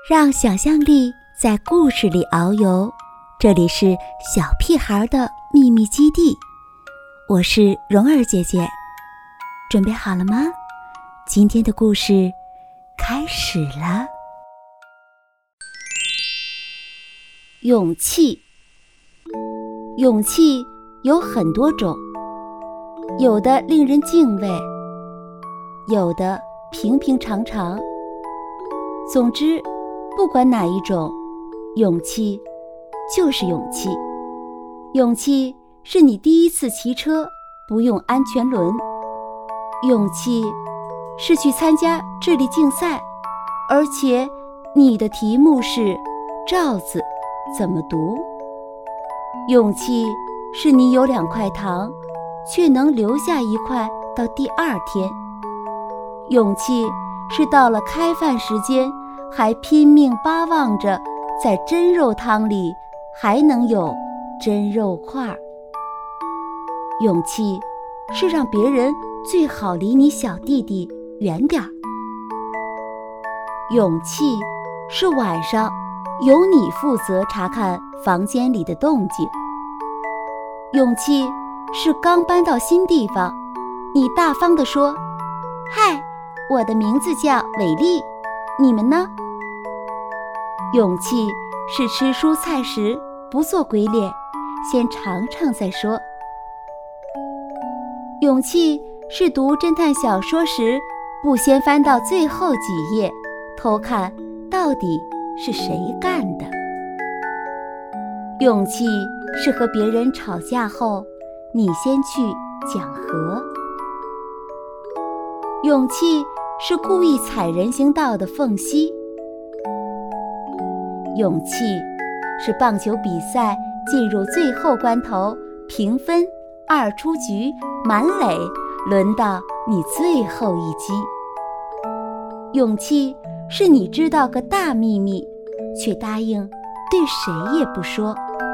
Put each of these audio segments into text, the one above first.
让想象力在故事里遨游。这里是小屁孩的秘密基地，我是蓉儿姐姐，准备好了吗？今天的故事开始了。勇气，勇气有很多种，有的令人敬畏，有的平平常常。总之，不管哪一种，勇气就是勇气。勇气是你第一次骑车不用安全轮，勇气是去参加智力竞赛，而且你的题目是罩子怎么读。勇气是你有2块糖，却能留下1块到第2天。勇气是到了开饭时间，还拼命巴望着在蒸肉汤里还能有蒸肉块。勇气是让别人最好离你小弟弟远点儿。勇气是晚上由你负责查看房间里的动静。勇气是刚搬到新地方，你大方地说：嗨，我的名字叫伟丽，你们呢？勇气是吃蔬菜时不做鬼脸，先尝尝再说。勇气是读侦探小说时不先翻到最后几页，偷看到底是谁干的。勇气是和别人吵架后，你先去讲和。勇气是故意踩人行道的缝隙。勇气是棒球比赛进入最后关头，平分2出局满垒，轮到你最后一击。勇气是你知道个大秘密，却答应对谁也不说。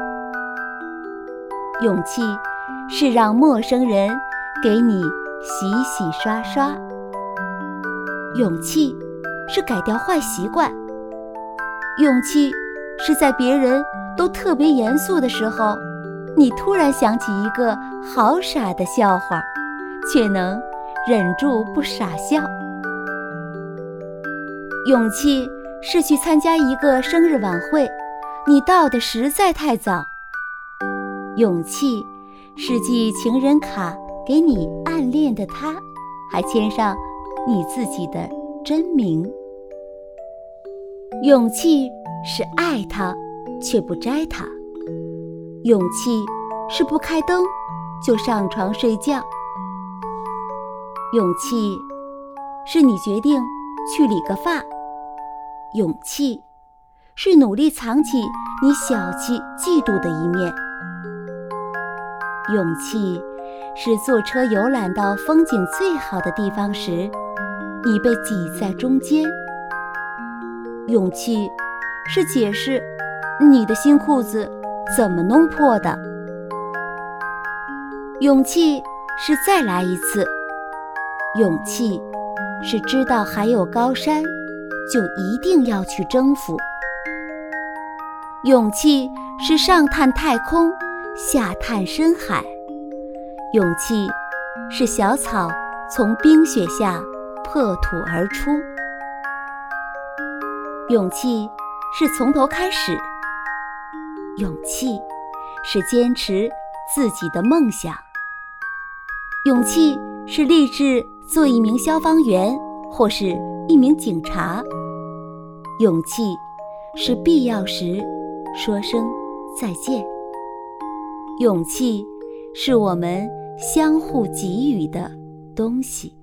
勇气是让陌生人给你洗洗刷刷。勇气是改掉坏习惯。勇气是在别人都特别严肃的时候，你突然想起一个好傻的笑话，却能忍住不傻笑。勇气是去参加一个生日晚会，你到的实在太早。勇气是寄情人卡给你暗恋的他，还签上你自己的真名。勇气是爱他却不摘他。勇气是不开灯就上床睡觉。勇气是你决定去理个发。勇气是努力藏起你小气嫉妒的一面。勇气是坐车游览到风景最好的地方时，你被挤在中间。勇气是解释你的新裤子怎么弄破的。勇气是再来一次。勇气是知道还有高山，就一定要去征服。勇气是上探太空，下探深海。勇气是小草从冰雪下破土而出。勇气是从头开始。勇气是坚持自己的梦想。勇气是立志做一名消防员或是一名警察。勇气是必要时说声再见。勇气是我们相互给予的东西。